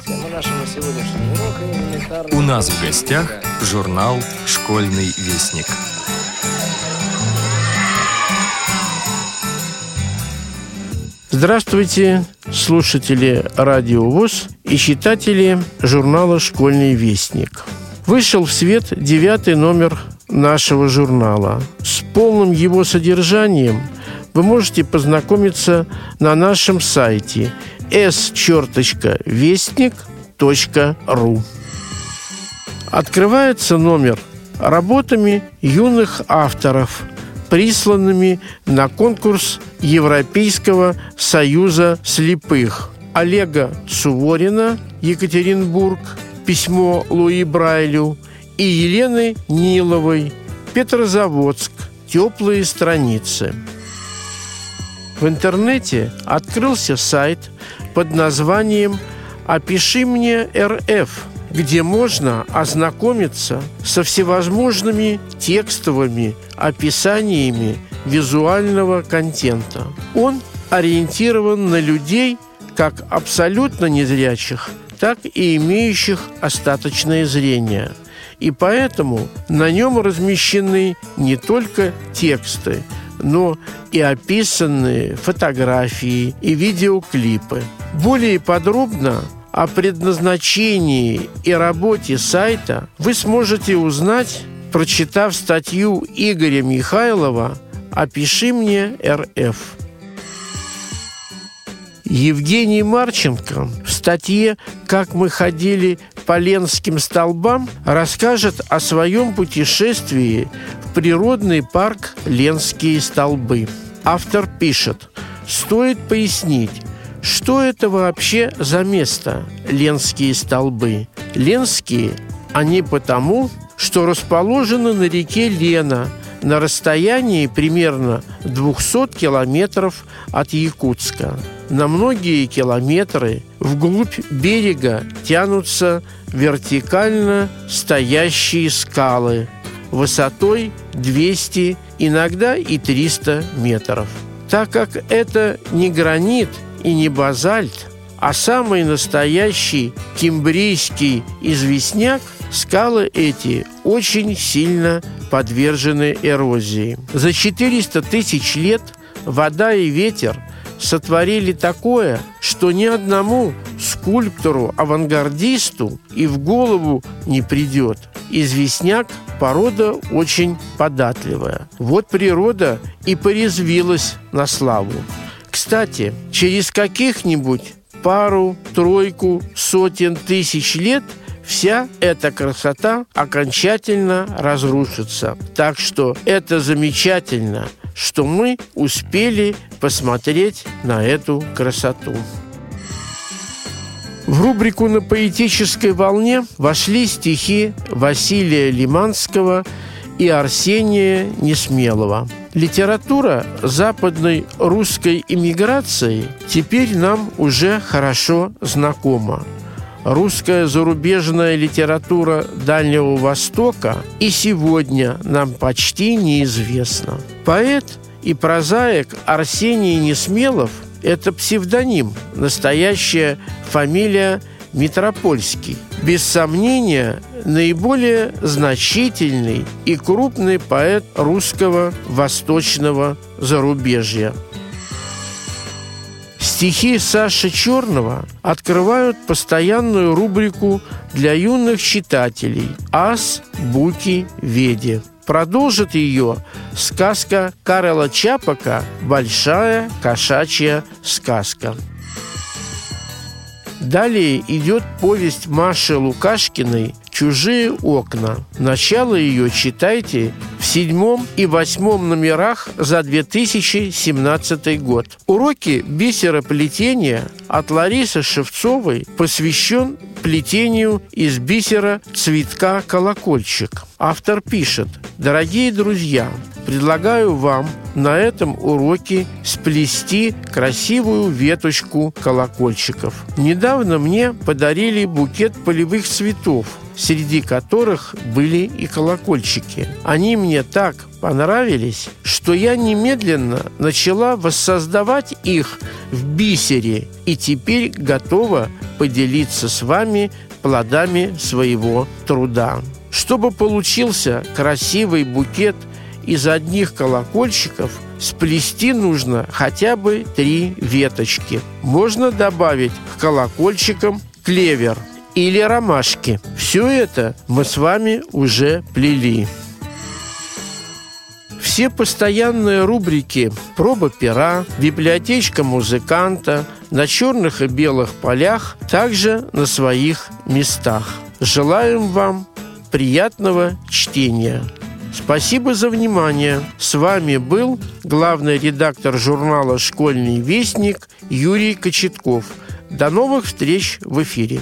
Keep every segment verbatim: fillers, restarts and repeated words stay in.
Тема нашего сегодняшнего урока элементарная. У нас в гостях журнал «Школьный вестник». Здравствуйте, слушатели Радио ВОС и читатели журнала «Школьный вестник». Вышел в свет девятый номер нашего журнала. С полным его содержанием вы можете познакомиться на нашем сайте эс вестник точка ру. Открывается номер работами юных авторов, присланными на конкурс Европейского союза слепых. Олега Суворина, Екатеринбург, письмо Луи Брайлю, и Елены Ниловой, Петрозаводск, теплые страницы. В интернете открылся сайт под названием «Опиши мне эр эф», где можно ознакомиться со всевозможными текстовыми описаниями визуального контента. Он ориентирован на людей как абсолютно незрячих, так и имеющих остаточное зрение. И поэтому на нем размещены не только тексты, но и описанные фотографии и видеоклипы. Более подробно о предназначении и работе сайта вы сможете узнать, прочитав статью Игоря Михайлова «Опиши мне эр эф». Евгений Марченко в статье «Как мы ходили по Ленским столбам» расскажет о своем путешествии в природный парк Ленские столбы. Автор пишет: «Стоит пояснить, что это вообще за место Ленские столбы. Ленские они потому, что расположены на реке Лена на расстоянии примерно двести километров от Якутска. На многие километры вглубь берега тянутся вертикально стоящие скалы высотой двести, иногда и триста метров. Так как это не гранит и не базальт, а самый настоящий кимбрийский известняк, скалы эти очень сильно подвержены эрозии. За четыреста тысяч лет вода и ветер сотворили такое, что ни одному скульптору-авангардисту и в голову не придет. Известняк – порода очень податливая. Вот природа и порезвилась на славу. Кстати, через каких-нибудь пару-тройку сотен тысяч лет вся эта красота окончательно разрушится. Так что это замечательно, что мы успели посмотреть на эту красоту. В рубрику «На поэтической волне» вошли стихи Василия Лиманского и Арсения Несмелого. Литература западной русской эмиграции теперь нам уже хорошо знакома. Русская зарубежная литература Дальнего Востока и сегодня нам почти неизвестна. Поэт и прозаик Арсений Несмелов – это псевдоним, настоящая фамилия Митропольский. Без сомнения, наиболее значительный и крупный поэт русского восточного зарубежья. Стихи Саши Черного открывают постоянную рубрику для юных читателей «Ас Буки Веди». Продолжит ее сказка Карла Чапака «Большая кошачья сказка». Далее идет повесть Маши Лукашкиной «Чужие окна». Начало ее читайте в седьмом и восьмом номерах за две тысячи семнадцатый год. Уроки бисероплетения от Ларисы Шевцовой посвящен плетению из бисера цветка колокольчик. Автор пишет: «Дорогие друзья, предлагаю вам на этом уроке сплести красивую веточку колокольчиков. Недавно мне подарили букет полевых цветов, среди которых были и колокольчики. Они мне так понравились, что я немедленно начала воссоздавать их в бисере и теперь готова поделиться с вами плодами своего труда. Чтобы получился красивый букет из одних колокольчиков, сплести нужно хотя бы три веточки. Можно добавить к колокольчикам клевер или ромашки. Все это мы с вами уже плели. Все постоянные рубрики «Проба пера», «Библиотечка музыканта» на черных и белых полях также на своих местах. Желаем вам приятного чтения. Спасибо за внимание. С вами был главный редактор журнала «Школьный вестник» Юрий Кочетков. До новых встреч в эфире.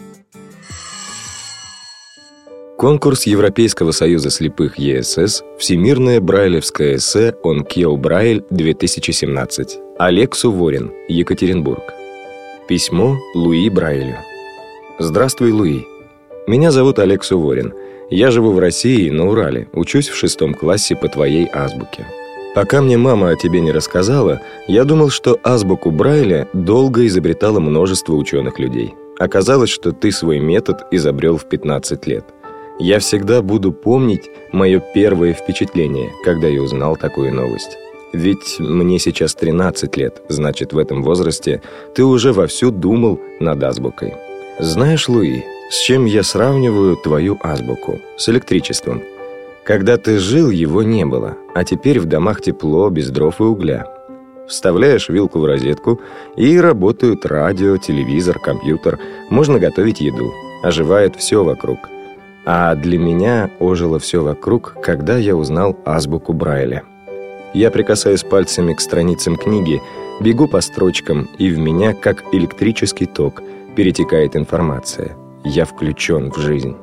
Конкурс Европейского союза слепых ЕСС «Всемирное брайлевское эссе «Он Кио Брайль-две тысячи семнадцать». Олег Суворин, Екатеринбург. Письмо Луи Брайлю. Здравствуй, Луи. Меня зовут Олег Суворин. Я живу в России, на Урале, учусь в шестом классе по твоей азбуке. Пока мне мама о тебе не рассказала, я думал, что азбуку Брайля долго изобретало множество ученых людей. Оказалось, что ты свой метод изобрел в пятнадцать лет. Я всегда буду помнить мое первое впечатление, когда я узнал такую новость. Ведь мне сейчас тринадцать лет, значит, в этом возрасте ты уже вовсю думал над азбукой. Знаешь, Луи, с чем я сравниваю твою азбуку? С электричеством. Когда ты жил, его не было, а теперь в домах тепло, без дров и угля. Вставляешь вилку в розетку, и работают радио, телевизор, компьютер. Можно готовить еду. Оживает все вокруг. А для меня ожило все вокруг, когда я узнал азбуку Брайля. Я прикасаюсь пальцами к страницам книги, бегу по строчкам, и в меня, как электрический ток, перетекает информация. Я включен в жизнь.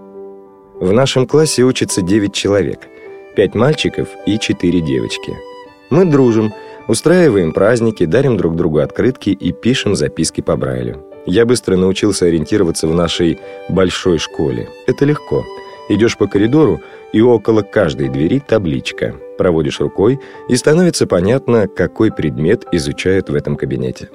В нашем классе учатся девять человек. Пять мальчиков и четыре девочки. Мы дружим, устраиваем праздники, дарим друг другу открытки и пишем записки по Брайлю. Я быстро научился ориентироваться в нашей большой школе. Это легко. Идешь по коридору, и около каждой двери табличка. Проводишь рукой, и становится понятно, какой предмет изучают в этом кабинете.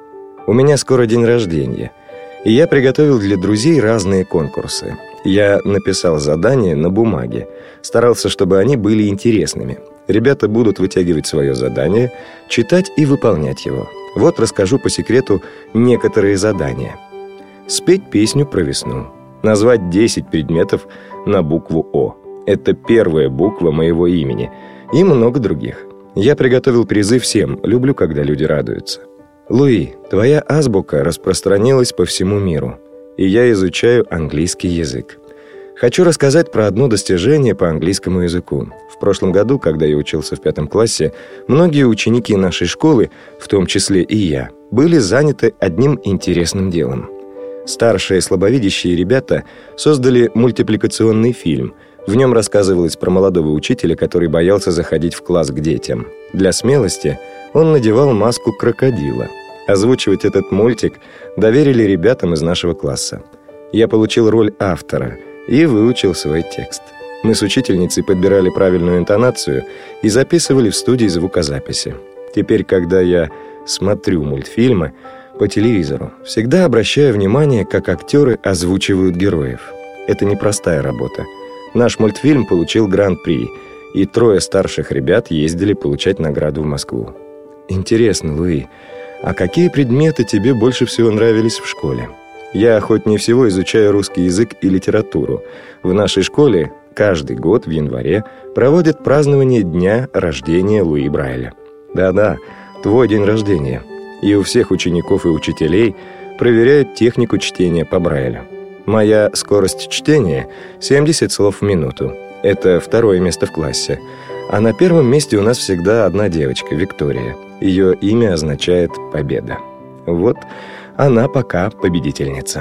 У меня скоро день рождения, и я приготовил для друзей разные конкурсы. Я написал задания на бумаге, старался, чтобы они были интересными. Ребята будут вытягивать свое задание, читать и выполнять его. Вот расскажу по секрету некоторые задания. Спеть песню про весну. Назвать десять предметов на букву О. Это первая буква моего имени. И много других. Я приготовил призы всем. Люблю, когда люди радуются. Луи, твоя азбука распространилась по всему миру. И я изучаю английский язык. Хочу рассказать про одно достижение по английскому языку. В прошлом году, когда я учился в пятом классе, многие ученики нашей школы, в том числе и я, были заняты одним интересным делом. Старшие слабовидящие ребята создали мультипликационный фильм. В нем рассказывалось про молодого учителя, который боялся заходить в класс к детям. Для смелости он надевал маску крокодила. Озвучивать этот мультик доверили ребятам из нашего класса. Я получил роль автора и выучил свой текст. Мы с учительницей подбирали правильную интонацию и записывали в студии звукозаписи. Теперь, когда я смотрю мультфильмы по телевизору, всегда обращаю внимание, как актеры озвучивают героев. Это непростая работа. Наш мультфильм получил гран-при, и трое старших ребят ездили получать награду в Москву. Интересно, Луи, а какие предметы тебе больше всего нравились в школе? Я охотнее всего изучаю русский язык и литературу. В нашей школе каждый год в январе проводят празднование дня рождения Луи Брайля. Да-да, твой день рождения. И у всех учеников и учителей проверяют технику чтения по Брайлю. Моя скорость чтения – семьдесят слов в минуту. Это второе место в классе. А на первом месте у нас всегда одна девочка, Виктория. Ее имя означает «победа». Вот она пока победительница.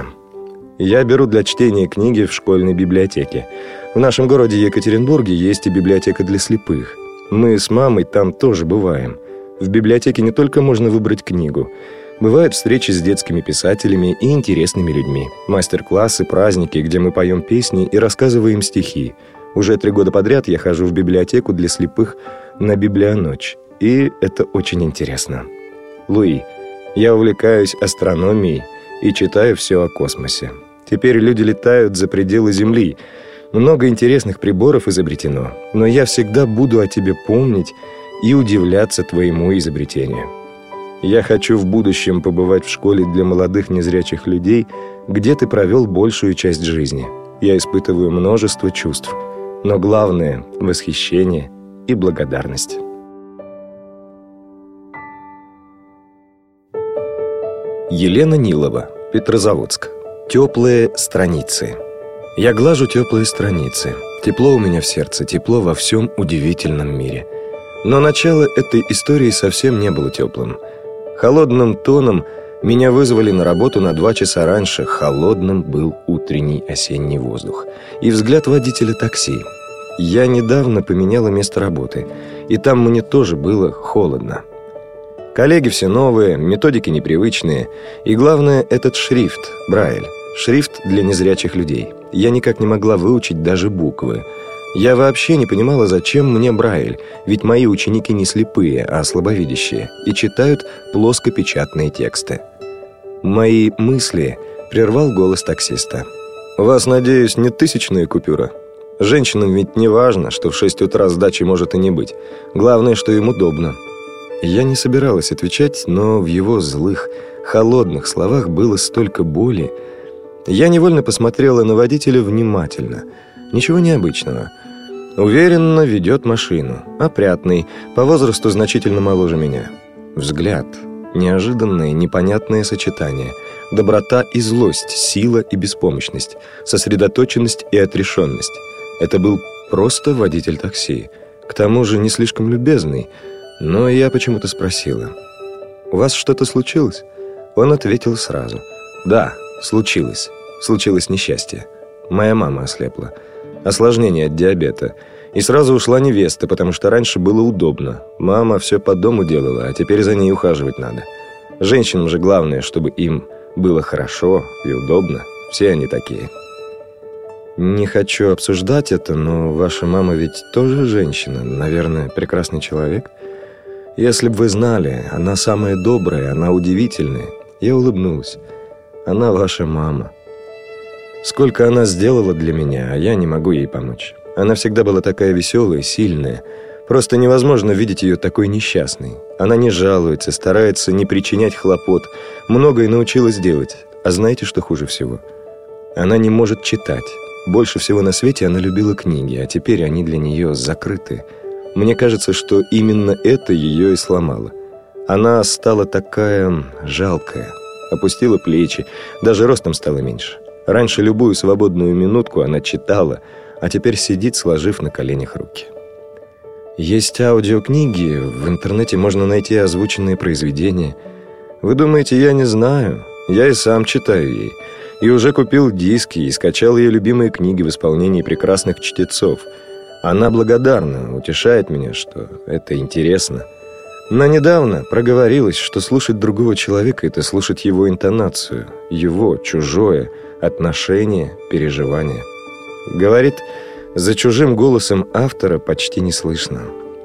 Я беру для чтения книги в школьной библиотеке. В нашем городе Екатеринбурге есть и библиотека для слепых. Мы с мамой там тоже бываем. В библиотеке не только можно выбрать книгу. Бывают встречи с детскими писателями и интересными людьми. Мастер-классы, праздники, где мы поем песни и рассказываем стихи. Уже три года подряд я хожу в библиотеку для слепых на библионочь. И это очень интересно. Луи, я увлекаюсь астрономией и читаю все о космосе. Теперь люди летают за пределы Земли. Много интересных приборов изобретено, но я всегда буду о тебе помнить и удивляться твоему изобретению. Я хочу в будущем побывать в школе для молодых незрячих людей, где ты провел большую часть жизни. Я испытываю множество чувств, но главное – восхищение и благодарность. Елена Нилова, Петрозаводск. Теплые страницы. Я глажу теплые страницы. Тепло у меня в сердце, тепло во всем удивительном мире. Но начало этой истории совсем не было теплым. Холодным тоном меня вызвали на работу на два часа раньше. Холодным был утренний осенний воздух. И взгляд водителя такси. Я недавно поменяла место работы, и там мне тоже было холодно. Коллеги все новые, методики непривычные. И главное, этот шрифт, Брайль. Шрифт для незрячих людей. Я никак не могла выучить даже буквы. Я вообще не понимала, зачем мне Брайль, ведь мои ученики не слепые, а слабовидящие, и читают плоскопечатные тексты. Мои мысли прервал голос таксиста. «У вас, надеюсь, не тысячная купюра? Женщинам ведь не важно, что в шесть утра сдачи может и не быть. Главное, что им удобно». Я не собиралась отвечать, но в его злых, холодных словах было столько боли. Я невольно посмотрела на водителя внимательно. Ничего необычного. Уверенно ведет машину. Опрятный, по возрасту значительно моложе меня. Взгляд. Неожиданное, непонятное сочетание. Доброта и злость, сила и беспомощность, сосредоточенность и отрешенность. Это был просто водитель такси. К тому же не слишком любезный. Но я почему-то спросила: «У вас что-то случилось?» Он ответил сразу: «Да, случилось. Случилось несчастье. Моя мама ослепла. Осложнение от диабета. И сразу ушла невеста, потому что раньше было удобно. Мама все по дому делала, а теперь за ней ухаживать надо. Женщинам же главное, чтобы им было хорошо и удобно. Все они такие». «Не хочу обсуждать это, но ваша мама ведь тоже женщина, наверное, прекрасный человек. Если бы вы знали, она самая добрая, она удивительная». Я улыбнулась. «Она ваша мама. Сколько она сделала для меня, а я не могу ей помочь. Она всегда была такая веселая, сильная. Просто невозможно видеть ее такой несчастной. Она не жалуется, старается не причинять хлопот. Многое научилась делать. А знаете, что хуже всего? Она не может читать. Больше всего на свете она любила книги, а теперь они для нее закрыты. Мне кажется, что именно это ее и сломало. Она стала такая жалкая, опустила плечи, даже ростом стала меньше. Раньше любую свободную минутку она читала, а теперь сидит, сложив на коленях руки. Есть аудиокниги, в интернете можно найти озвученные произведения. Вы думаете, я не знаю? Я и сам читаю ей. И уже купил диски и скачал ее любимые книги в исполнении прекрасных чтецов. Она благодарна, утешает меня, что это интересно. Но недавно проговорилась, что слушать другого человека – это слушать его интонацию, его, чужое, отношение, переживание. Говорит, за чужим голосом автора почти не слышно.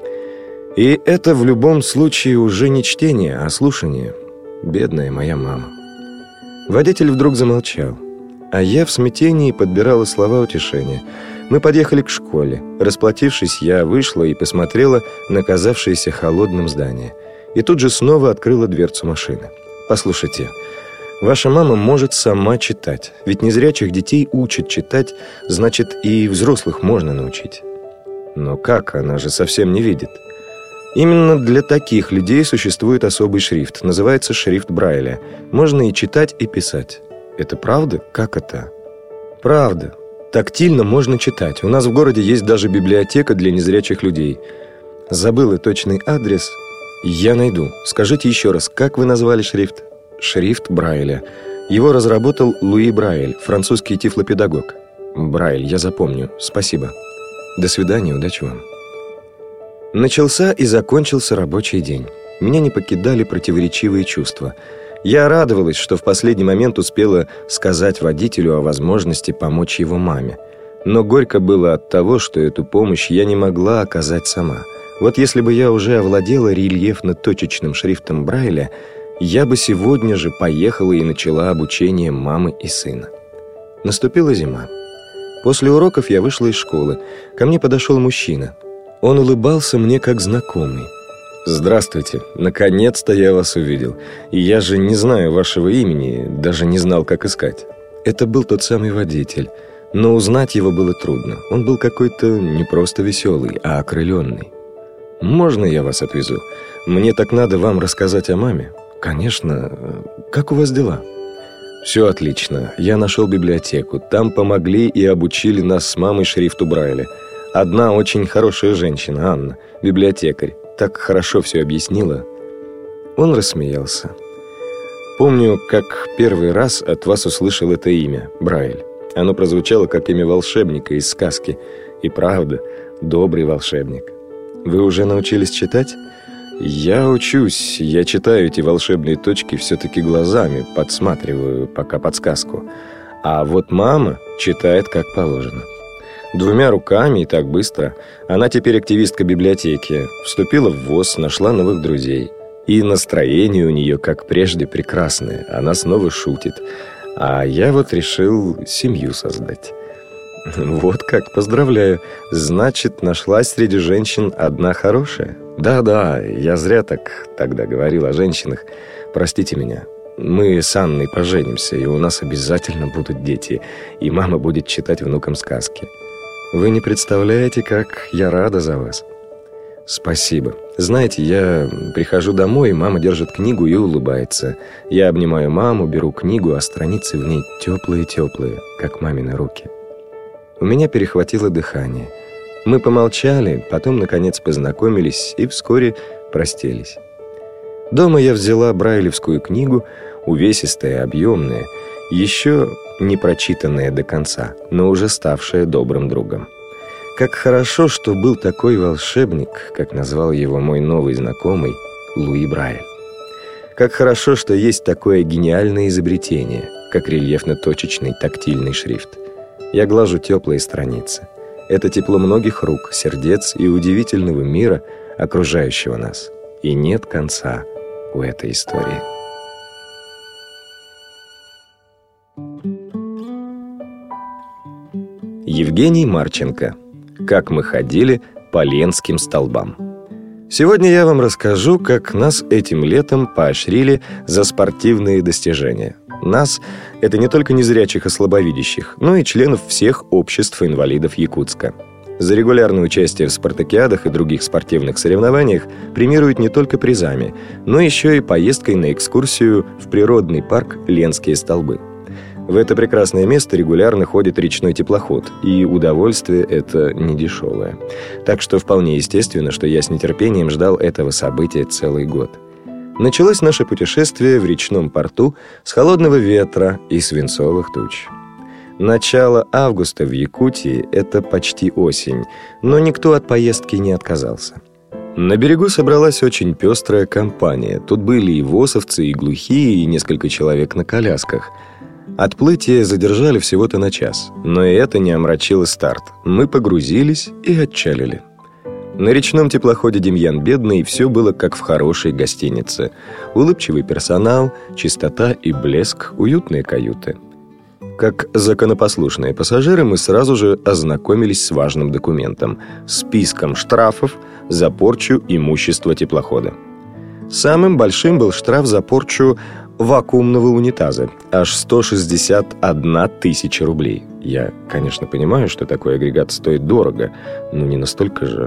И это в любом случае уже не чтение, а слушание. Бедная моя мама. Водитель вдруг замолчал, а я в смятении подбирала слова утешения. Мы подъехали к школе. Расплатившись, я вышла и посмотрела на казавшееся холодным здание. И тут же снова открыла дверцу машины. «Послушайте, ваша мама может сама читать. Ведь незрячих детей учат читать, значит, и взрослых можно научить». «Но как? Она же совсем не видит». Именно для таких людей существует особый шрифт. Называется шрифт Брайля. Можно и читать, и писать. Это правда? Как это? Правда. Тактильно можно читать. У нас в городе есть даже библиотека для незрячих людей. Забыла точный адрес. Я найду. Скажите еще раз, как вы назвали шрифт? Шрифт Брайля. Его разработал Луи Брайль, французский тифлопедагог. Брайль, я запомню. Спасибо. До свидания, удачи вам. Начался и закончился рабочий день. Меня не покидали противоречивые чувства. Я радовалась, что в последний момент успела сказать водителю о возможности помочь его маме. Но горько было от того, что эту помощь я не могла оказать сама. Вот если бы я уже овладела рельефно-точечным шрифтом Брайля, я бы сегодня же поехала и начала обучение мамы и сына. Наступила зима. После уроков я вышла из школы. Ко мне подошел мужчина. Он улыбался мне как знакомый. «Здравствуйте, наконец-то я вас увидел. И я же не знаю вашего имени, даже не знал, как искать». Это был тот самый водитель, но узнать его было трудно. Он был какой-то не просто веселый, а окрыленный. «Можно я вас отвезу? Мне так надо вам рассказать о маме». «Конечно. Как у вас дела?» «Все отлично. Я нашел библиотеку. Там помогли и обучили нас с мамой шрифту Брайля. Одна очень хорошая женщина, Анна, библиотекарь, так хорошо все объяснила». Он рассмеялся. «Помню, как первый раз от вас услышал это имя, Брайль. Оно прозвучало как имя волшебника из сказки. И правда, добрый волшебник. Вы уже научились читать?» «Я учусь. Я читаю эти волшебные точки все-таки глазами, подсматриваю пока подсказку. А вот мама читает как положено. Двумя руками и так быстро. Она теперь активистка библиотеки. Вступила в ВОС, нашла новых друзей. И настроение у нее, как прежде, прекрасное. Она снова шутит. А я вот решил семью создать». «Вот как, поздравляю. Значит, нашлась среди женщин одна хорошая?» «Да-да, я зря так тогда говорил о женщинах. Простите меня. Мы с Анной поженимся, и у нас обязательно будут дети. И мама будет читать внукам сказки. Вы не представляете, как я рада за вас». «Спасибо. Знаете, я прихожу домой, и мама держит книгу и улыбается. Я обнимаю маму, беру книгу, а страницы в ней теплые-теплые, как мамины руки». У меня перехватило дыхание. Мы помолчали, потом, наконец, познакомились и вскоре простились. Дома я взяла брайлевскую книгу, увесистая, объемная, еще не прочитанная до конца, но уже ставшая добрым другом. Как хорошо, что был такой волшебник, как назвал его мой новый знакомый, Луи Брайль. Как хорошо, что есть такое гениальное изобретение, как рельефно-точечный тактильный шрифт. Я глажу теплые страницы. Это тепло многих рук, сердец и удивительного мира, окружающего нас. И нет конца у этой истории. Евгений Марченко. Как мы ходили по Ленским столбам. Сегодня я вам расскажу, как нас этим летом поощрили за спортивные достижения. Нас – это не только незрячих и слабовидящих, но и членов всех обществ инвалидов Якутска. За регулярное участие в спартакиадах и других спортивных соревнованиях премируют не только призами, но еще и поездкой на экскурсию в природный парк Ленские столбы. В это прекрасное место регулярно ходит речной теплоход, и удовольствие это недешевое. Так что вполне естественно, что я с нетерпением ждал этого события целый год. Началось наше путешествие в речном порту с холодного ветра и свинцовых туч. Начало августа в Якутии – это почти осень, но никто от поездки не отказался. На берегу собралась очень пестрая компания. Тут были и восовцы, и глухие, и несколько человек на колясках. Отплытие задержали всего-то на час, но и это не омрачило старт. Мы погрузились и отчалили. На речном теплоходе «Демьян Бедный» все было как в хорошей гостинице. Улыбчивый персонал, чистота и блеск, уютные каюты. Как законопослушные пассажиры мы сразу же ознакомились с важным документом – списком штрафов за порчу имущества теплохода. Самым большим был штраф за порчу вакуумного унитаза – аж сто шестьдесят одна тысяча рублей. Я, конечно, понимаю, что такой агрегат стоит дорого, но не настолько же.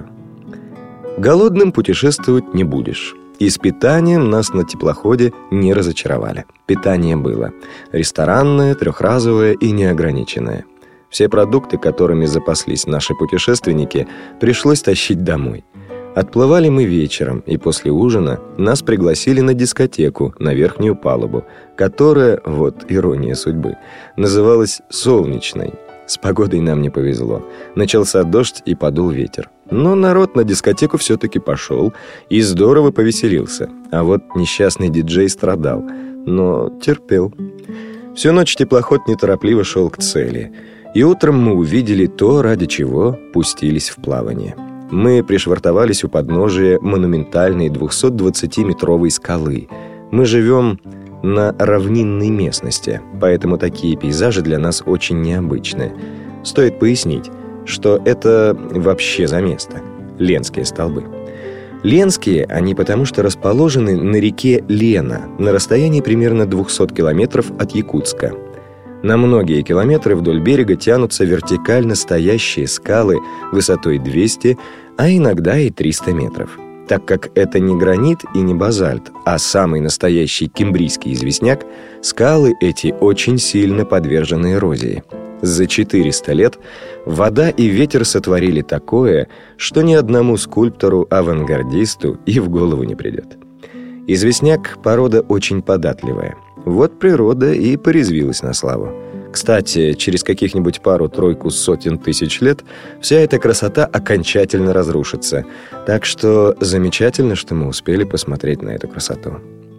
Голодным путешествовать не будешь. И с питанием нас на теплоходе не разочаровали. Питание было ресторанное, трехразовое и неограниченное. Все продукты, которыми запаслись наши путешественники, пришлось тащить домой. Отплывали мы вечером, и после ужина нас пригласили на дискотеку на верхнюю палубу, которая, вот ирония судьбы, называлась «Солнечной». С погодой нам не повезло. Начался дождь и подул ветер. Но народ на дискотеку все-таки пошел и здорово повеселился. А вот несчастный диджей страдал, но терпел. Всю ночь теплоход неторопливо шел к цели. И утром мы увидели то, ради чего пустились в плавание. Мы пришвартовались у подножия монументальной двухсот двадцатиметровой скалы. Мы живем на равнинной местности, поэтому такие пейзажи для нас очень необычны. Стоит пояснить, что это вообще за место – Ленские столбы. Ленские они потому, что расположены на реке Лена, на расстоянии примерно двухсот километров от Якутска. На многие километры вдоль берега тянутся вертикально стоящие скалы высотой двести, а иногда и триста метров. Так как это не гранит и не базальт, а самый настоящий кембрийский известняк, скалы эти очень сильно подвержены эрозии. За четыреста лет вода и ветер сотворили такое, что ни одному скульптору-авангардисту и в голову не придет. Известняк – порода очень податливая. Вот природа и порезвилась на славу. Кстати, через каких-нибудь пару-тройку сотен тысяч лет вся эта красота окончательно разрушится. Так что замечательно, что мы успели посмотреть на эту красоту.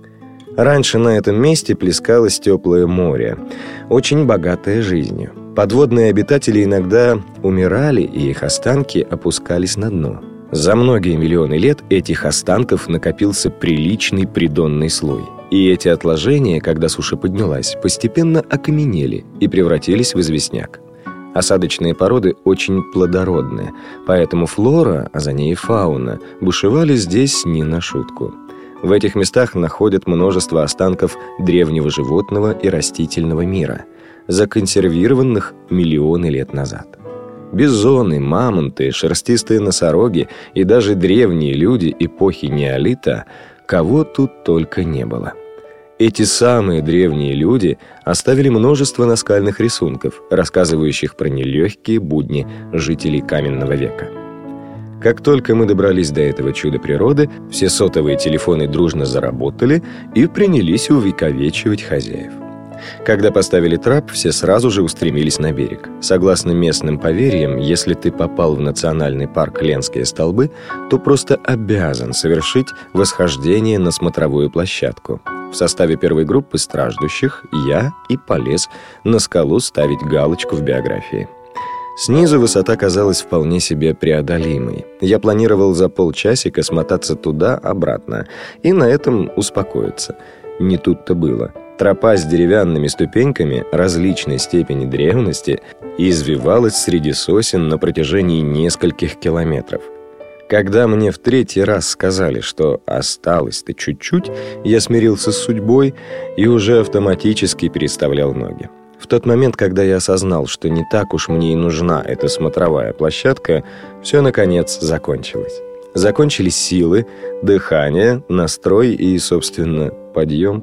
Раньше на этом месте плескалось теплое море, очень богатое жизнью. Подводные обитатели иногда умирали, и их останки опускались на дно. За многие миллионы лет этих останков накопился приличный придонный слой. И эти отложения, когда суша поднялась, постепенно окаменели и превратились в известняк. Осадочные породы очень плодородные, поэтому флора, а за ней и фауна, бушевали здесь не на шутку. В этих местах находят множество останков древнего животного и растительного мира, законсервированных миллионы лет назад. Бизоны, мамонты, шерстистые носороги и даже древние люди эпохи неолита, кого тут только не было. Эти самые древние люди оставили множество наскальных рисунков, рассказывающих про нелегкие будни жителей каменного века. Как только мы добрались до этого чуда природы, все сотовые телефоны дружно заработали и принялись увековечивать хозяев. Когда поставили трап, все сразу же устремились на берег. Согласно местным поверьям, если ты попал в национальный парк Ленские столбы, то просто обязан совершить восхождение на смотровую площадку. В составе первой группы страждущих я и полез на скалу ставить галочку в биографии. Снизу высота казалась вполне себе преодолимой. Я планировал за полчасика смотаться туда-обратно и на этом успокоиться. Не тут-то было. Тропа с деревянными ступеньками различной степени древности извивалась среди сосен на протяжении нескольких километров. Когда мне в третий раз сказали, что осталось-то чуть-чуть, я смирился с судьбой и уже автоматически переставлял ноги. В тот момент, когда я осознал, что не так уж мне и нужна эта смотровая площадка, все, наконец, закончилось. Закончились силы, дыхание, настрой и, собственно, подъем.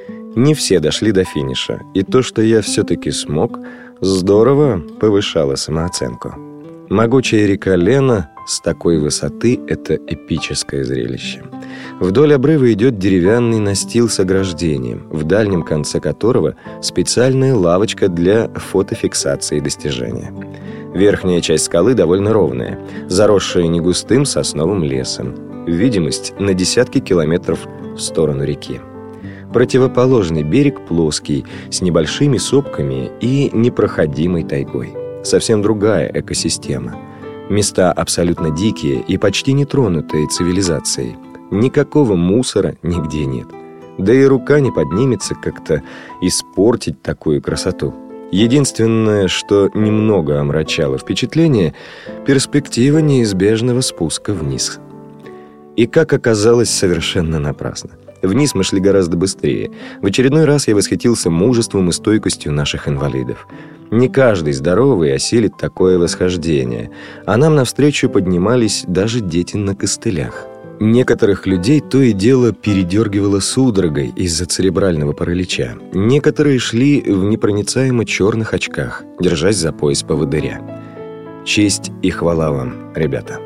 Не все дошли до финиша, и то, что я все-таки смог, здорово повышало самооценку. Могучая река Лена с такой высоты – это эпическое зрелище. Вдоль обрыва идет деревянный настил с ограждением, в дальнем конце которого специальная лавочка для фотофиксации достижения. Верхняя часть скалы довольно ровная, заросшая негустым сосновым лесом. Видимость на десятки километров в сторону реки. Противоположный берег плоский, с небольшими сопками и непроходимой тайгой. Совсем другая экосистема. Места абсолютно дикие и почти не тронутые цивилизацией. Никакого мусора нигде нет. Да и рука не поднимется как-то испортить такую красоту. Единственное, что немного омрачало впечатление – перспектива неизбежного спуска вниз. И, как оказалось, совершенно напрасно. Вниз мы шли гораздо быстрее. В очередной раз я восхитился мужеством и стойкостью наших инвалидов. Не каждый здоровый осилит такое восхождение, а нам навстречу поднимались даже дети на костылях. Некоторых людей то и дело передергивало судорогой из-за церебрального паралича. Некоторые шли в непроницаемо черных очках, держась за пояс поводыря. Честь и хвала вам, ребята.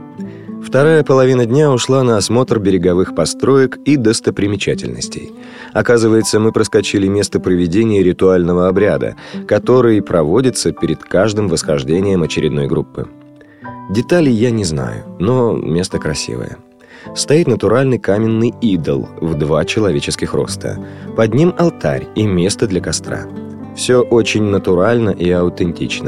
Вторая половина дня ушла на осмотр береговых построек и достопримечательностей. Оказывается, мы проскочили место проведения ритуального обряда, который проводится перед каждым восхождением очередной группы. Деталей я не знаю, но место красивое. Стоит натуральный каменный идол в два человеческих роста. Под ним алтарь и место для костра. Все очень натурально и аутентично.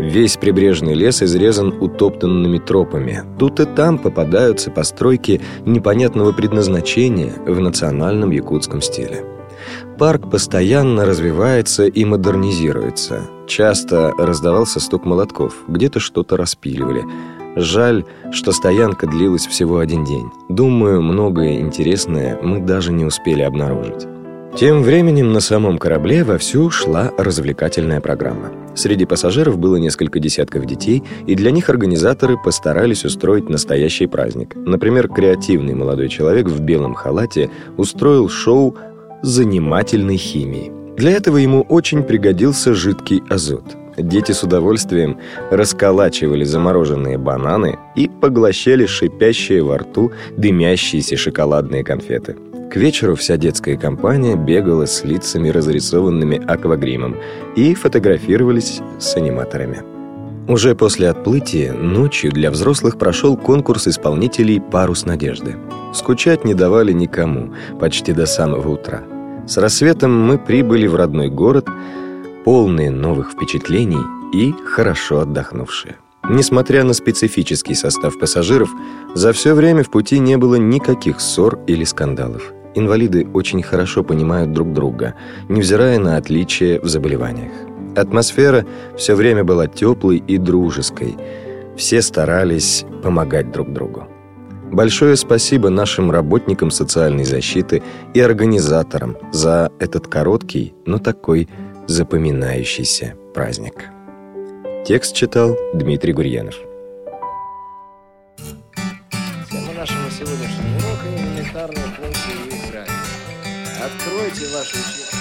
Весь прибрежный лес изрезан утоптанными тропами. Тут и там попадаются постройки непонятного предназначения в национальном якутском стиле. Парк постоянно развивается и модернизируется. Часто раздавался стук молотков, где-то что-то распиливали. Жаль, что стоянка длилась всего один день. Думаю, многое интересное мы даже не успели обнаружить. Тем временем на самом корабле вовсю шла развлекательная программа. Среди пассажиров было несколько десятков детей, и для них организаторы постарались устроить настоящий праздник. Например, креативный молодой человек в белом халате устроил шоу занимательной химии. Для этого ему очень пригодился жидкий азот. Дети с удовольствием расколачивали замороженные бананы и поглощали шипящие во рту дымящиеся шоколадные конфеты. К вечеру вся детская компания бегала с лицами, разрисованными аквагримом, и фотографировались с аниматорами. Уже после отплытия ночью для взрослых прошел конкурс исполнителей «Парус надежды». Скучать не давали никому, почти до самого утра. С рассветом мы прибыли в родной город, полные новых впечатлений и хорошо отдохнувшие. Несмотря на специфический состав пассажиров, за все время в пути не было никаких ссор или скандалов. Инвалиды очень хорошо понимают друг друга, невзирая на отличия в заболеваниях. Атмосфера все время была теплой и дружеской. Все старались помогать друг другу. Большое спасибо нашим работникам социальной защиты и организаторам за этот короткий, но такой запоминающийся праздник. Текст читал Дмитрий Гурьянов. Тема нашего сегодняшнего урока — элементарные функции в экране. Откройте ваши учебники.